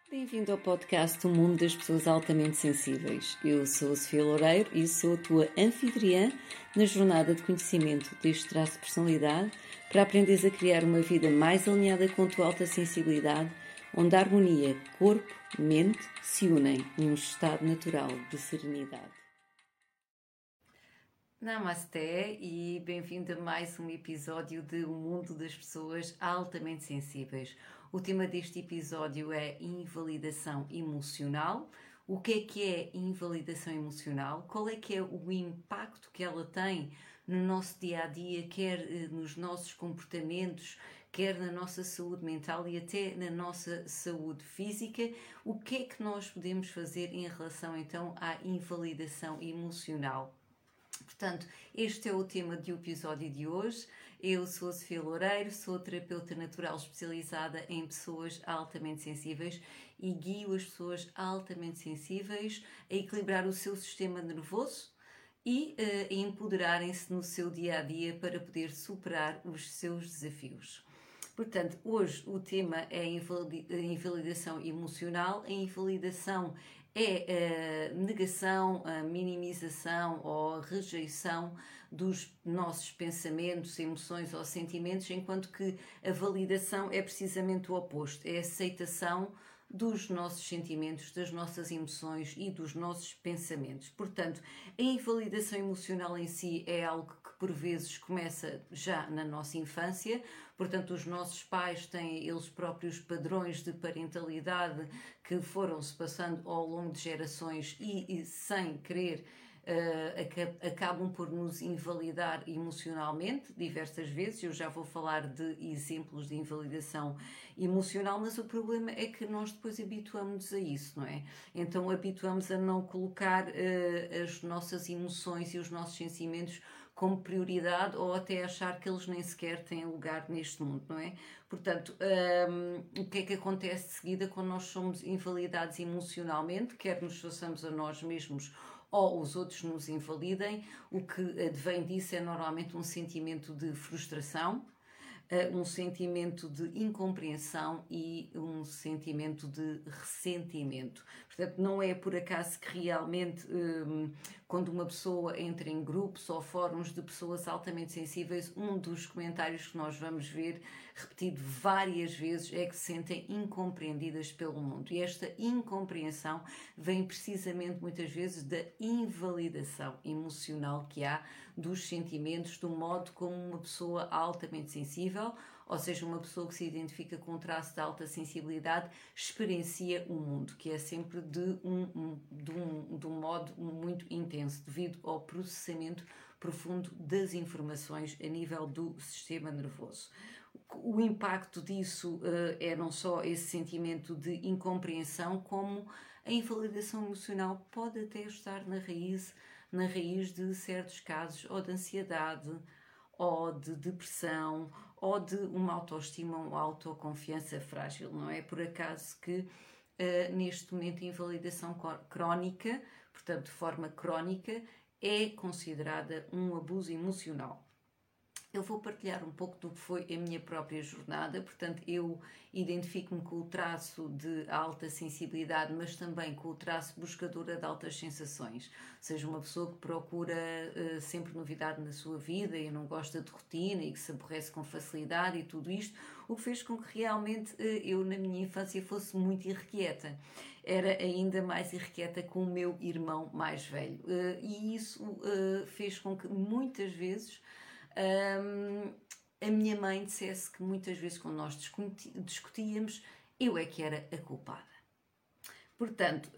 Bem-vindo ao podcast do Mundo das Pessoas Altamente Sensíveis. Eu sou a Sofia Loureiro e sou a tua anfitriã na jornada de conhecimento deste traço de personalidade para aprenderes a criar uma vida mais alinhada com a tua alta sensibilidade, onde a harmonia, corpo e mente se unem num estado natural de serenidade. Namasté e bem-vindo a mais um episódio de O Mundo das Pessoas Altamente Sensíveis. O tema deste episódio é invalidação emocional. O que é invalidação emocional? Qual é que é o impacto que ela tem no nosso dia-a-dia, quer nos nossos comportamentos, quer na nossa saúde mental e até na nossa saúde física? O que é que nós podemos fazer em relação então à invalidação emocional? Portanto, este é o tema do episódio de hoje. Eu sou a Sofia Loureiro, sou terapeuta natural especializada em pessoas altamente sensíveis e guio as pessoas altamente sensíveis a equilibrar o seu sistema nervoso e a empoderarem-se no seu dia-a-dia para poder superar os seus desafios. Portanto, hoje o tema é a invalidação emocional. A invalidação é a negação, a minimização ou a rejeição dos nossos pensamentos, emoções ou sentimentos, enquanto que a validação é precisamente o oposto, é a aceitação dos nossos sentimentos, das nossas emoções e dos nossos pensamentos. Portanto, a invalidação emocional em si é algo que por vezes começa já na nossa infância. Portanto, os nossos pais têm eles próprios padrões de parentalidade que foram-se passando ao longo de gerações e sem querer acabam por nos invalidar emocionalmente diversas vezes. Eu já vou falar de exemplos de invalidação emocional, mas o problema é que nós depois habituamos-nos a isso, não é? Então habituamos a não colocar as nossas emoções e os nossos sentimentos como prioridade ou até achar que eles nem sequer têm lugar neste mundo, não é? Portanto, o que é que acontece de seguida quando nós somos invalidados emocionalmente, quer nos façamos a nós mesmos ou os outros nos invalidem? O que advém disso é normalmente um sentimento de frustração, um sentimento de incompreensão e um sentimento de ressentimento. Portanto, não é por acaso que realmente, quando uma pessoa entra em grupos ou fóruns de pessoas altamente sensíveis, um dos comentários que nós vamos ver repetido várias vezes é que se sentem incompreendidas pelo mundo. E esta incompreensão vem precisamente muitas vezes da invalidação emocional que há dos sentimentos, do modo como uma pessoa altamente sensível, ou seja, uma pessoa que se identifica com um traço de alta sensibilidade, experiencia o mundo, que é sempre de um modo muito intenso, devido ao processamento profundo das informações a nível do sistema nervoso. O impacto disso é não só esse sentimento de incompreensão, como a invalidação emocional pode até estar na raiz de certos casos ou de ansiedade, ou de depressão, ou de uma autoestima ou autoconfiança frágil. Não é por acaso que neste momento a invalidação crónica, portanto de forma crónica, é considerada um abuso emocional. Eu vou partilhar um pouco do que foi a minha própria jornada. Portanto, eu identifico-me com o traço de alta sensibilidade, mas também com o traço buscadora de altas sensações. Ou seja, uma pessoa que procura sempre novidade na sua vida e não gosta de rotina e que se aborrece com facilidade e tudo isto, o que fez com que realmente eu, na minha infância, fosse muito irrequieta. Era ainda mais irrequieta com o meu irmão mais velho. E isso fez com que muitas vezes a minha mãe dissesse que muitas vezes quando nós discutíamos, eu é que era a culpada. Portanto,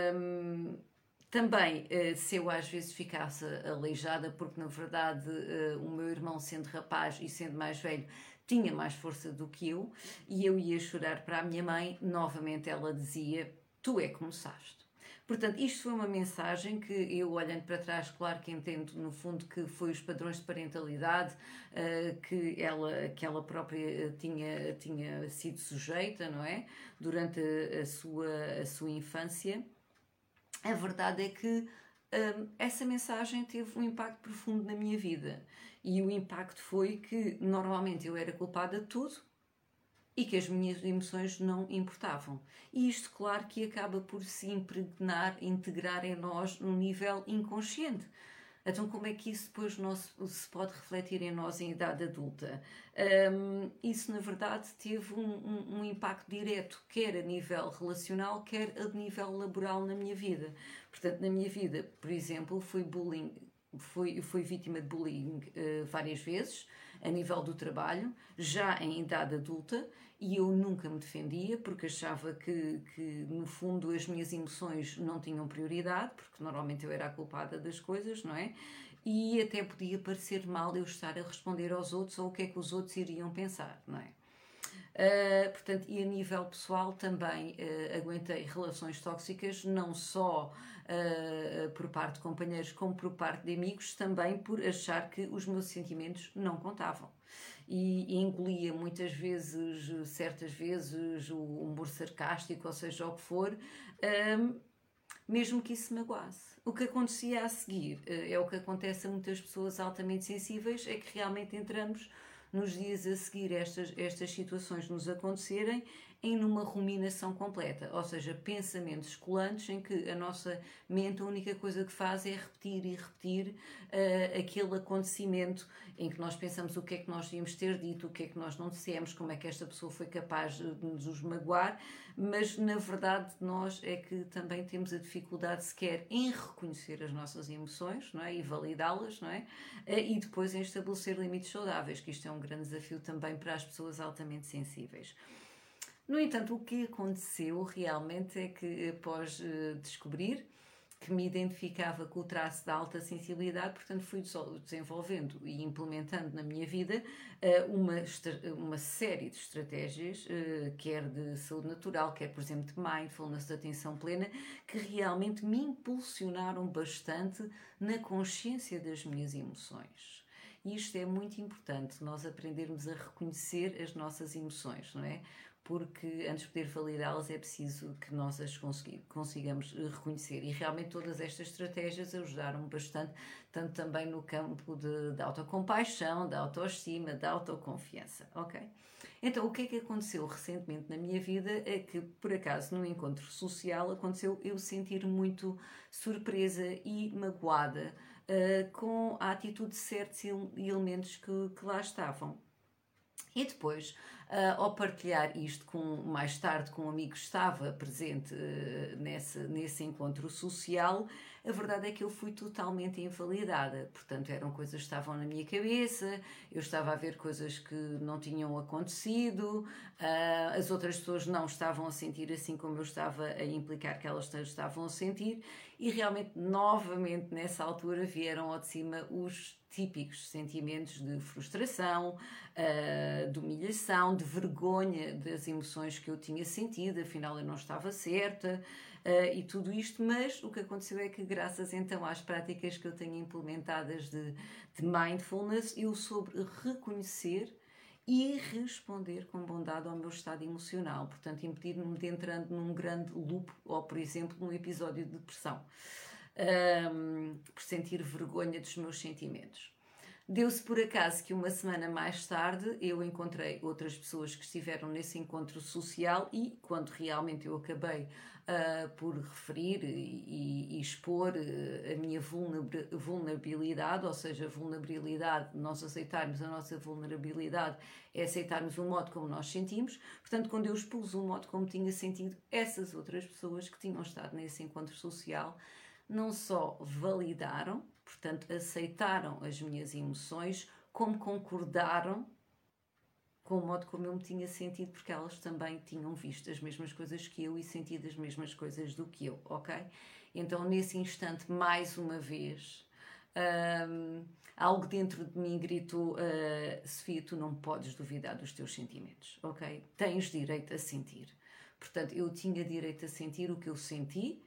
também se eu às vezes ficasse aleijada, porque na verdade o meu irmão, sendo rapaz e sendo mais velho, tinha mais força do que eu, e eu ia chorar para a minha mãe, novamente ela dizia: tu é que começaste. Portanto, isto foi uma mensagem que eu, olhando para trás, claro que entendo no fundo que foi os padrões de parentalidade que ela própria tinha sido sujeita, não é? Durante a sua infância. A verdade é que essa mensagem teve um impacto profundo na minha vida. E o impacto foi que, normalmente, eu era culpada de tudo, e que as minhas emoções não importavam. E isto, claro, que acaba por se impregnar, integrar em nós num nível inconsciente. Então, como é que isso depois se pode refletir em nós em idade adulta? Isso, na verdade, teve um impacto direto, quer a nível relacional, quer a nível laboral na minha vida. Portanto, na minha vida, por exemplo, fui vítima de bullying várias vezes, a nível do trabalho, já em idade adulta, e eu nunca me defendia porque achava que no fundo as minhas emoções não tinham prioridade, porque normalmente eu era a culpada das coisas, não é? E até podia parecer mal eu estar a responder aos outros ou o que é que os outros iriam pensar, não é? Portanto, e a nível pessoal também aguentei relações tóxicas, não só por parte de companheiros como por parte de amigos, também por achar que os meus sentimentos não contavam. E engolia muitas vezes, certas vezes, o humor sarcástico, ou seja o que for, mesmo que isso me magoasse. O que acontecia a seguir é o que acontece a muitas pessoas altamente sensíveis, é que realmente entramos nos dias a seguir estas situações nos acontecerem em numa ruminação completa, ou seja, pensamentos escolantes em que a nossa mente a única coisa que faz é repetir e repetir aquele acontecimento em que nós pensamos o que é que nós devíamos ter dito, o que é que nós não dissemos, como é que esta pessoa foi capaz de nos magoar, mas na verdade nós é que também temos a dificuldade sequer em reconhecer as nossas emoções, não é? E validá-las, não é? E depois em estabelecer limites saudáveis, que isto é um grande desafio também para as pessoas altamente sensíveis. No entanto, o que aconteceu realmente é que após descobrir que me identificava com o traço da alta sensibilidade, portanto fui desenvolvendo e implementando na minha vida uma série de estratégias, quer de saúde natural, quer por exemplo de mindfulness, de atenção plena, que realmente me impulsionaram bastante na consciência das minhas emoções. E isto é muito importante, nós aprendermos a reconhecer as nossas emoções, não é? Porque antes de poder validá-las é preciso que nós as consigamos reconhecer. E realmente todas estas estratégias ajudaram-me bastante, tanto também no campo da autocompaixão, da autoestima, da autoconfiança, ok? Então, o que é que aconteceu recentemente na minha vida é que, por acaso, num encontro social, aconteceu eu sentir muito surpresa e magoada com a atitude de certos elementos que lá estavam. E depois, ao partilhar isto mais tarde com um amigo que estava presente nesse encontro social, a verdade é que eu fui totalmente invalidada. Portanto, eram coisas que estavam na minha cabeça, eu estava a ver coisas que não tinham acontecido, as outras pessoas não estavam a sentir assim como eu estava a implicar que elas estavam a sentir, e realmente, novamente, nessa altura, vieram ao de cima os típicos sentimentos de frustração, de humilhação, de vergonha das emoções que eu tinha sentido, afinal eu não estava certa, e tudo isto, mas o que aconteceu é que graças então às práticas que eu tenho implementadas de mindfulness, eu soube reconhecer e responder com bondade ao meu estado emocional, portanto impedir-me de entrar num grande loop ou, por exemplo, num episódio de depressão, por sentir vergonha dos meus sentimentos. Deu-se por acaso que uma semana mais tarde eu encontrei outras pessoas que estiveram nesse encontro social e quando realmente eu acabei por referir e expor a minha vulnerabilidade, ou seja, vulnerabilidade, nós aceitarmos a nossa vulnerabilidade é aceitarmos o modo como nós sentimos. Portanto, quando eu expus o modo como tinha sentido, essas outras pessoas que tinham estado nesse encontro social não só validaram, portanto, aceitaram as minhas emoções, como concordaram com o modo como eu me tinha sentido, porque elas também tinham visto as mesmas coisas que eu e sentido as mesmas coisas do que eu, ok? Então, nesse instante, mais uma vez, algo dentro de mim gritou: Sofia, tu não podes duvidar dos teus sentimentos, ok? Tens direito a sentir. Portanto, eu tinha direito a sentir o que eu senti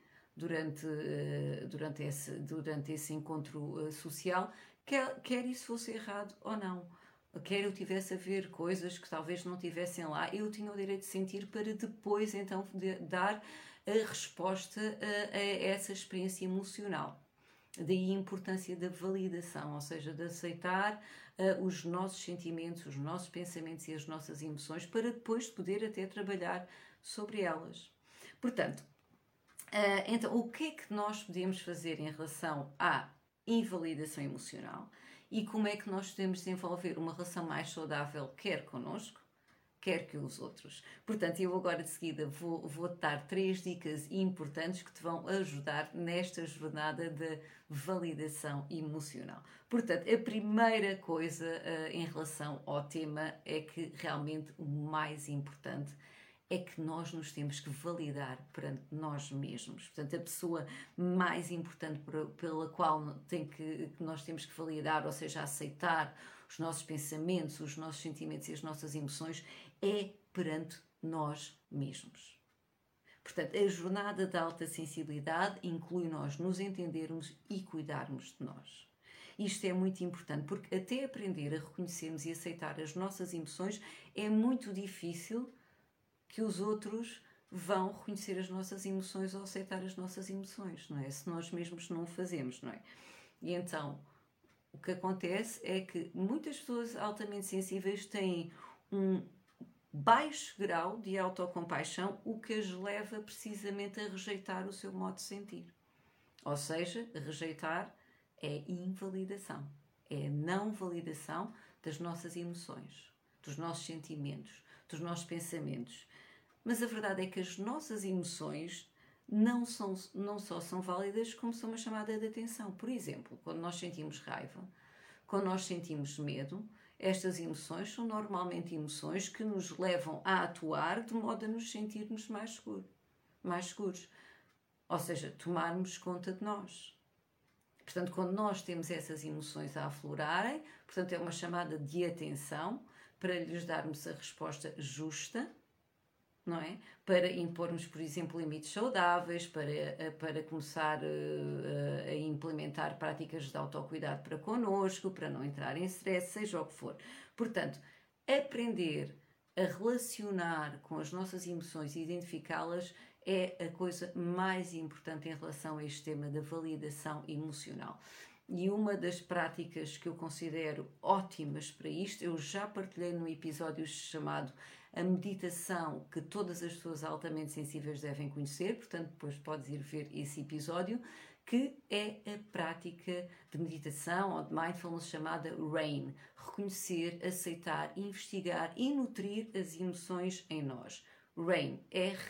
durante esse encontro social, quer isso fosse errado ou não. Quer eu tivesse a ver coisas que talvez não tivessem lá, eu tinha o direito de sentir para depois então dar a resposta a essa experiência emocional. Daí a importância da validação, ou seja, de aceitar os nossos sentimentos, os nossos pensamentos e as nossas emoções para depois poder até trabalhar sobre elas. Portanto, então, o que é que nós podemos fazer em relação à invalidação emocional e como é que nós podemos desenvolver uma relação mais saudável, quer connosco, quer que os outros. Portanto, eu agora de seguida vou dar 3 dicas importantes que te vão ajudar nesta jornada de validação emocional. Portanto, a primeira coisa em relação ao tema é que realmente o mais importante é que nós nos temos que validar perante nós mesmos. Portanto, a pessoa mais importante pela qual nós temos que validar, ou seja, aceitar os nossos pensamentos, os nossos sentimentos e as nossas emoções, é perante nós mesmos. Portanto, a jornada da alta sensibilidade inclui nós nos entendermos e cuidarmos de nós. Isto é muito importante, porque até aprender a reconhecermos e aceitar as nossas emoções é muito difícil que os outros vão reconhecer as nossas emoções ou aceitar as nossas emoções, não é? Se nós mesmos não o fazemos, não é? E então, o que acontece é que muitas pessoas altamente sensíveis têm um baixo grau de autocompaixão, o que as leva precisamente a rejeitar o seu modo de sentir. Ou seja, rejeitar é invalidação, é a não validação das nossas emoções, dos nossos sentimentos, dos nossos pensamentos. Mas a verdade é que as nossas emoções não só são válidas, como são uma chamada de atenção. Por exemplo, quando nós sentimos raiva, quando nós sentimos medo, estas emoções são normalmente emoções que nos levam a atuar de modo a nos sentirmos mais seguros. Ou seja, tomarmos conta de nós. Portanto, quando nós temos essas emoções a aflorarem, portanto, é uma chamada de atenção para lhes darmos a resposta justa, não é? Para impormos, por exemplo, limites saudáveis, para começar a implementar práticas de autocuidado para connosco, para não entrar em stress, seja o que for. Portanto, aprender a relacionar com as nossas emoções e identificá-las é a coisa mais importante em relação a este tema da validação emocional. E uma das práticas que eu considero ótimas para isto, eu já partilhei num episódio chamado A Meditação, que todas as pessoas altamente sensíveis devem conhecer, portanto depois podes ir ver esse episódio, que é a prática de meditação ou de mindfulness chamada RAIN, reconhecer, aceitar, investigar e nutrir as emoções em nós. RAIN,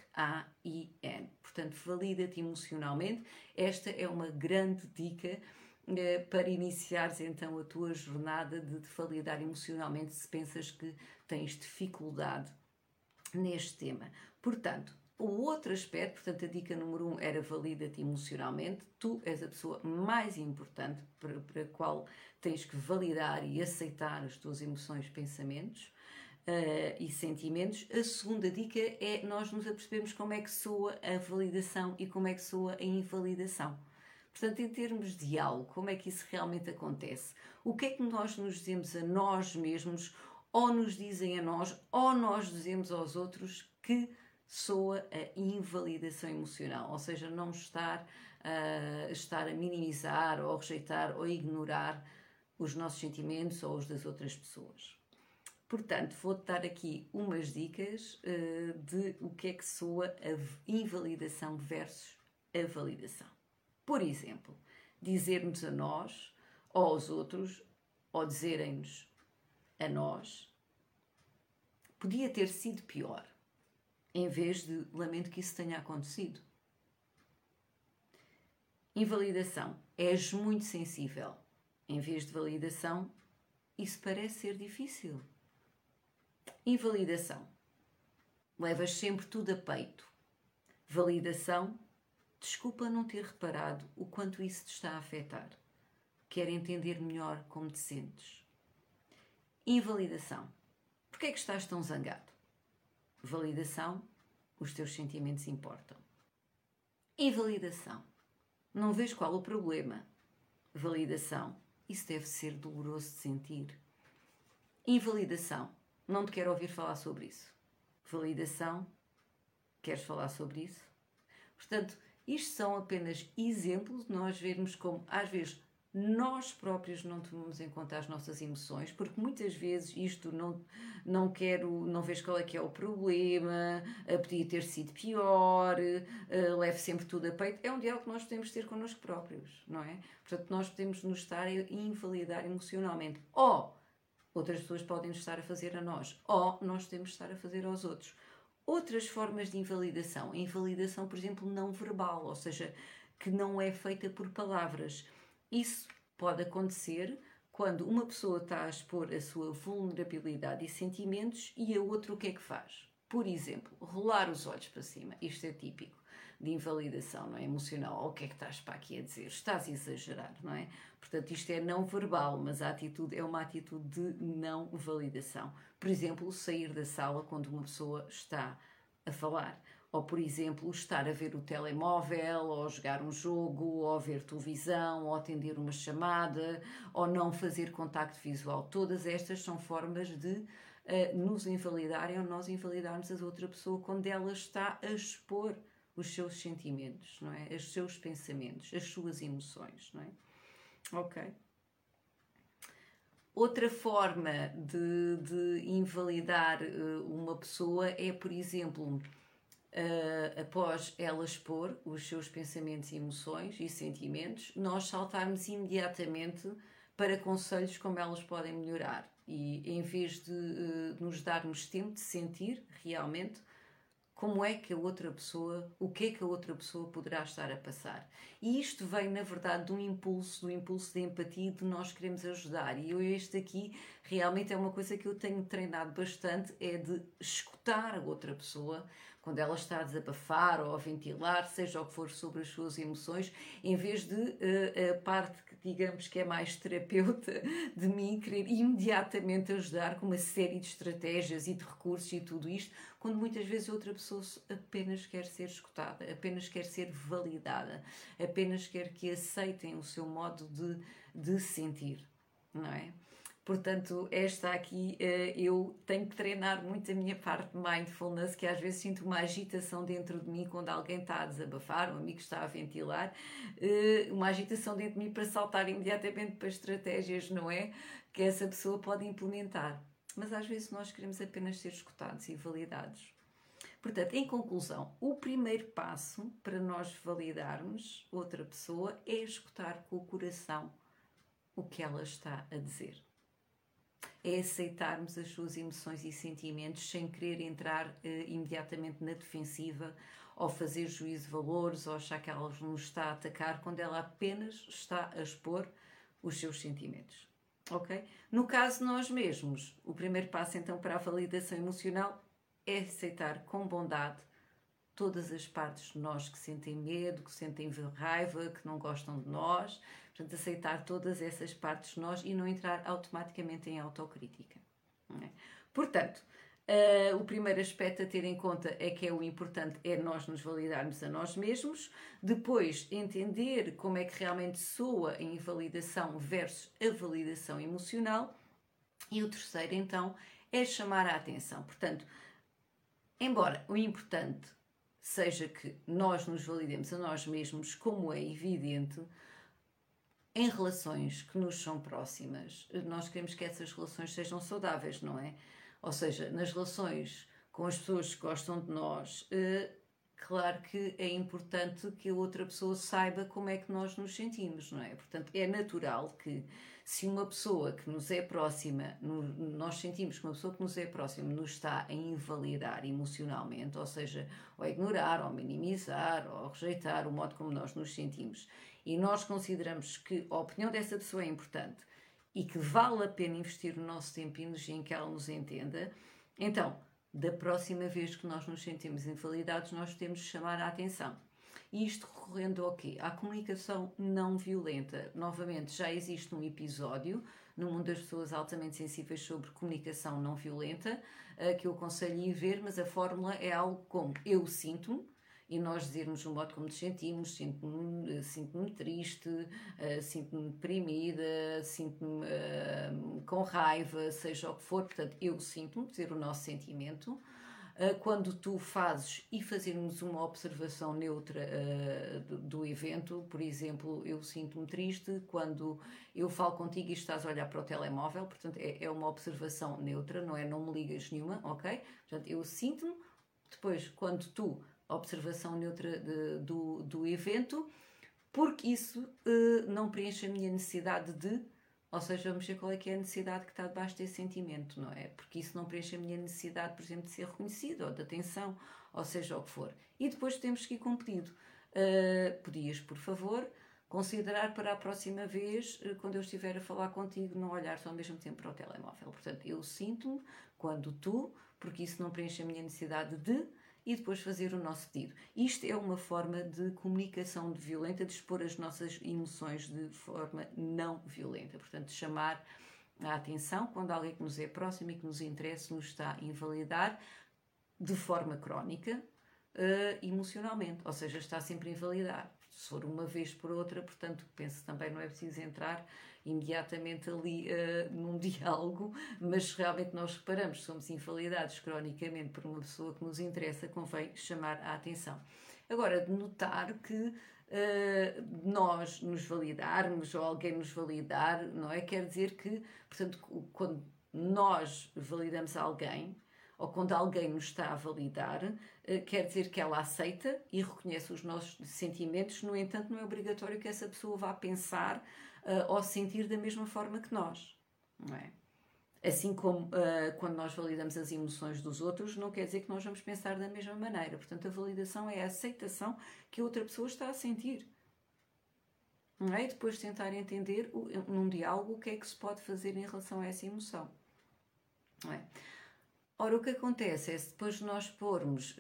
R-A-I-N, portanto valida-te emocionalmente. Esta é uma grande dica para iniciares então a tua jornada de te validar emocionalmente se pensas que tens dificuldade neste tema. Portanto, o outro aspecto, portanto a dica número 1 era valida-te emocionalmente. Tu és a pessoa mais importante para a qual tens que validar e aceitar as tuas emoções, pensamentos e sentimentos. A segunda dica é nós nos apercebermos como é que soa a validação e como é que soa a invalidação. Portanto, em termos de algo, como é que isso realmente acontece? O que é que nós nos dizemos a nós mesmos, ou nos dizem a nós, ou nós dizemos aos outros que soa a invalidação emocional? Ou seja, não estar a minimizar, ou rejeitar, ou ignorar os nossos sentimentos ou os das outras pessoas. Portanto, vou-te dar aqui umas dicas de o que é que soa a invalidação versus a validação. Por exemplo, dizer-nos a nós, ou aos outros, ou dizerem-nos a nós, podia ter sido pior, em vez de lamento que isso tenha acontecido. Invalidação, és muito sensível, em vez de validação, isso parece ser difícil. Invalidação, levas sempre tudo a peito. Validação, desculpa não ter reparado o quanto isso te está a afetar. Quero entender melhor como te sentes. Invalidação. Porquê é que estás tão zangado? Validação. Os teus sentimentos importam. Invalidação. Não vês qual o problema. Validação. Isso deve ser doloroso de sentir. Invalidação. Não te quero ouvir falar sobre isso. Validação. Queres falar sobre isso? Portanto, Isto são apenas exemplos de nós vermos como, às vezes, nós próprios não tomamos em conta as nossas emoções, porque muitas vezes isto não vês qual é que é o problema, podia ter sido pior, leve sempre tudo a peito. É um diálogo que nós podemos ter connosco próprios, não é? Portanto, nós podemos nos estar a invalidar emocionalmente. Ou outras pessoas podem nos estar a fazer a nós, ou nós temos de estar a fazer aos outros. Outras formas de invalidação, a invalidação, por exemplo, não verbal, ou seja, que não é feita por palavras. Isso pode acontecer quando uma pessoa está a expor a sua vulnerabilidade e sentimentos e a outra o que é que faz? Por exemplo, rolar os olhos para cima. Isto é típico de invalidação, não é? Emocional. O que é que estás para aqui a dizer? Estás a exagerar, não é? Portanto, isto é não verbal, mas a atitude é uma atitude de não validação. Por exemplo, sair da sala quando uma pessoa está a falar. Ou, por exemplo, estar a ver o telemóvel, ou jogar um jogo, ou ver televisão, ou atender uma chamada, ou não fazer contacto visual. Todas estas são formas de nos invalidarem ou nós invalidarmos a outra pessoa quando ela está a expor os seus sentimentos, não é? Os seus pensamentos, as suas emoções, não é? Ok. Outra forma de invalidar uma pessoa é, por exemplo, após ela expor os seus pensamentos, emoções e sentimentos, nós saltarmos imediatamente para conselhos como elas podem melhorar. E em vez de nos darmos tempo de sentir realmente como é que a outra pessoa, o que é que a outra pessoa poderá estar a passar. E isto vem, na verdade, do impulso de empatia, de nós queremos ajudar. E este aqui realmente é uma coisa que eu tenho treinado bastante, é de escutar a outra pessoa, quando ela está a desabafar ou a ventilar, seja o que for sobre as suas emoções, em vez de a parte que digamos que é mais terapeuta de mim querer imediatamente ajudar com uma série de estratégias e de recursos e tudo isto, quando muitas vezes outra pessoa apenas quer ser escutada, apenas quer ser validada, apenas quer que aceitem o seu modo de sentir, não é? Portanto, esta aqui eu tenho que treinar muito a minha parte de mindfulness, que às vezes sinto uma agitação dentro de mim quando alguém está a desabafar, um amigo está a ventilar, uma agitação dentro de mim para saltar imediatamente para estratégias, não é? Que essa pessoa pode implementar. Mas às vezes nós queremos apenas ser escutados e validados. Portanto, em conclusão, o primeiro passo para nós validarmos outra pessoa é escutar com o coração o que ela está a dizer. É aceitarmos as suas emoções e sentimentos sem querer entrar imediatamente na defensiva ou fazer juízo de valores ou achar que ela nos está a atacar quando ela apenas está a expor os seus sentimentos. Ok? No caso de nós mesmos, o primeiro passo então para a validação emocional é aceitar com bondade todas as partes de nós que sentem medo, que sentem raiva, que não gostam de nós. Portanto, aceitar todas essas partes de nós e não entrar automaticamente em autocrítica. Não é? Portanto, o primeiro aspecto a ter em conta é que o importante é nós nos validarmos a nós mesmos, depois entender como é que realmente soa a invalidação versus a validação emocional, e o terceiro então é chamar a atenção. Portanto, embora o importante seja que nós nos validemos a nós mesmos, como é evidente, em relações que nos são próximas, nós queremos que essas relações sejam saudáveis, não é? Ou seja, nas relações com as pessoas que gostam de nós, claro que é importante que a outra pessoa saiba como é que nós nos sentimos, não é? Portanto, é natural que se uma pessoa que nos é próxima, nós sentimos que uma pessoa que nos é próxima nos está a invalidar emocionalmente, ou seja, ou a ignorar, ou minimizar, ou rejeitar o modo como nós nos sentimos, e nós consideramos que a opinião dessa pessoa é importante e que vale a pena investir o nosso tempo e energia em que ela nos entenda, então, da próxima vez que nós nos sentimos invalidados, nós temos de chamar a atenção. E isto recorrendo ao quê? À comunicação não violenta. Novamente, já existe um episódio no Mundo das Pessoas Altamente Sensíveis sobre comunicação não violenta, que eu aconselho a ir ver, mas a fórmula é algo como eu sinto-me, e nós dizermos o modo como nos sentimos, sinto-me triste, sinto-me deprimida, sinto-me com raiva, seja o que for, portanto, eu sinto-me, dizer o nosso sentimento, quando tu fazes e fazermos uma observação neutra do evento. Por exemplo, eu sinto-me triste quando eu falo contigo e estás a olhar para o telemóvel, portanto é uma observação neutra, não é não me ligas nenhuma, ok? Portanto, eu sinto-me, depois quando tu, observação neutra do evento, porque isso não preenche a minha necessidade de... Ou seja, vamos ver qual é que é a necessidade que está debaixo desse sentimento, não é? Porque isso não preenche a minha necessidade, por exemplo, de ser reconhecido, ou de atenção, ou seja o que for. E depois temos que ir com um pedido. Podias, por favor, considerar para a próxima vez, quando eu estiver a falar contigo, não olhar só ao mesmo tempo para o telemóvel. Portanto, eu sinto-me quando tu, porque isso não preenche a minha necessidade de... e depois fazer o nosso pedido. Isto é uma forma de comunicação violenta, de expor as nossas emoções de forma não violenta. Portanto, chamar a atenção quando alguém que nos é próximo e que nos interessa nos está a invalidar de forma crónica, emocionalmente. Ou seja, está sempre a invalidar. Se for uma vez por outra, portanto, penso também não é preciso entrar imediatamente ali num diálogo, mas realmente nós reparamos que somos invalidados cronicamente por uma pessoa que nos interessa, convém chamar a atenção. Agora, notar que nós nos validarmos ou alguém nos validar, não é? Quer dizer que, portanto, quando nós validamos alguém, ou quando alguém nos está a validar, quer dizer que ela aceita e reconhece os nossos sentimentos, no entanto não é obrigatório que essa pessoa vá pensar ou sentir da mesma forma que nós, não é? Assim como quando nós validamos as emoções dos outros, não quer dizer que nós vamos pensar da mesma maneira. Portanto, a validação é a aceitação que a outra pessoa está a sentir. Não é? E depois tentar entender num diálogo o que é que se pode fazer em relação a essa emoção. Não é? Ora, o que acontece é, se depois nós pormos,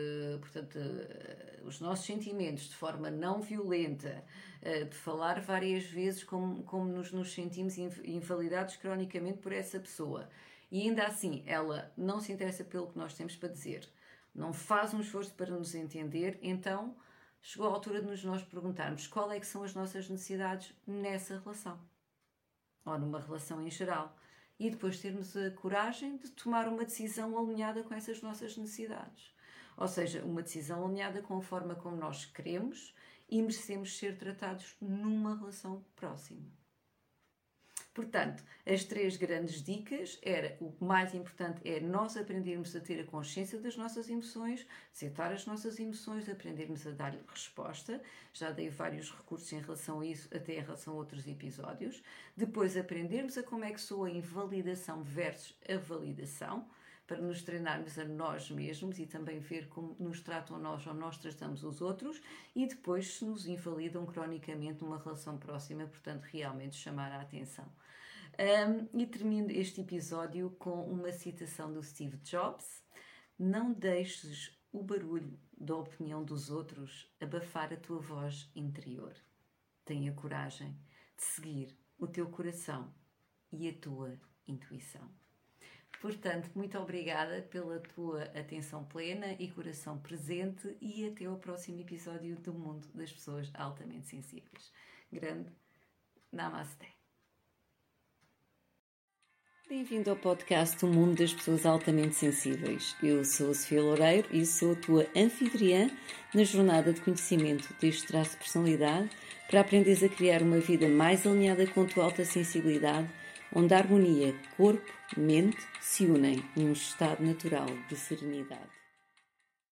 os nossos sentimentos de forma não violenta, de falar várias vezes como nos sentimos invalidados cronicamente por essa pessoa, e ainda assim ela não se interessa pelo que nós temos para dizer, não faz um esforço para nos entender, então chegou a altura de nós perguntarmos qual é que são as nossas necessidades nessa relação, ou numa relação em geral. E depois termos a coragem de tomar uma decisão alinhada com essas nossas necessidades. Ou seja, uma decisão alinhada com a forma como nós queremos e merecemos ser tratados numa relação próxima. Portanto, as 3 grandes dicas era, o mais importante é nós aprendermos a ter a consciência das nossas emoções, aceitar as nossas emoções, aprendermos a dar-lhe resposta. Já dei vários recursos em relação a isso, até em relação a outros episódios. Depois aprendermos a como é que soa a invalidação versus a validação, para nos treinarmos a nós mesmos e também ver como nos tratam a nós ou nós tratamos os outros, e depois se nos invalidam cronicamente numa relação próxima, portanto realmente chamar a atenção. E termino este episódio com uma citação do Steve Jobs: não deixes o barulho da opinião dos outros abafar a tua voz interior. Tenha coragem de seguir o teu coração e a tua intuição. Portanto, muito obrigada pela tua atenção plena e coração presente, e até ao próximo episódio do Mundo das Pessoas Altamente Sensíveis. Grande Namaste. Bem-vindo ao podcast O Mundo das Pessoas Altamente Sensíveis. Eu sou a Sofia Loureiro e sou a tua anfitriã na jornada de conhecimento deste traço de personalidade, para aprenderes a criar uma vida mais alinhada com a tua alta sensibilidade, onde a harmonia corpo-mente se unem num estado natural de serenidade.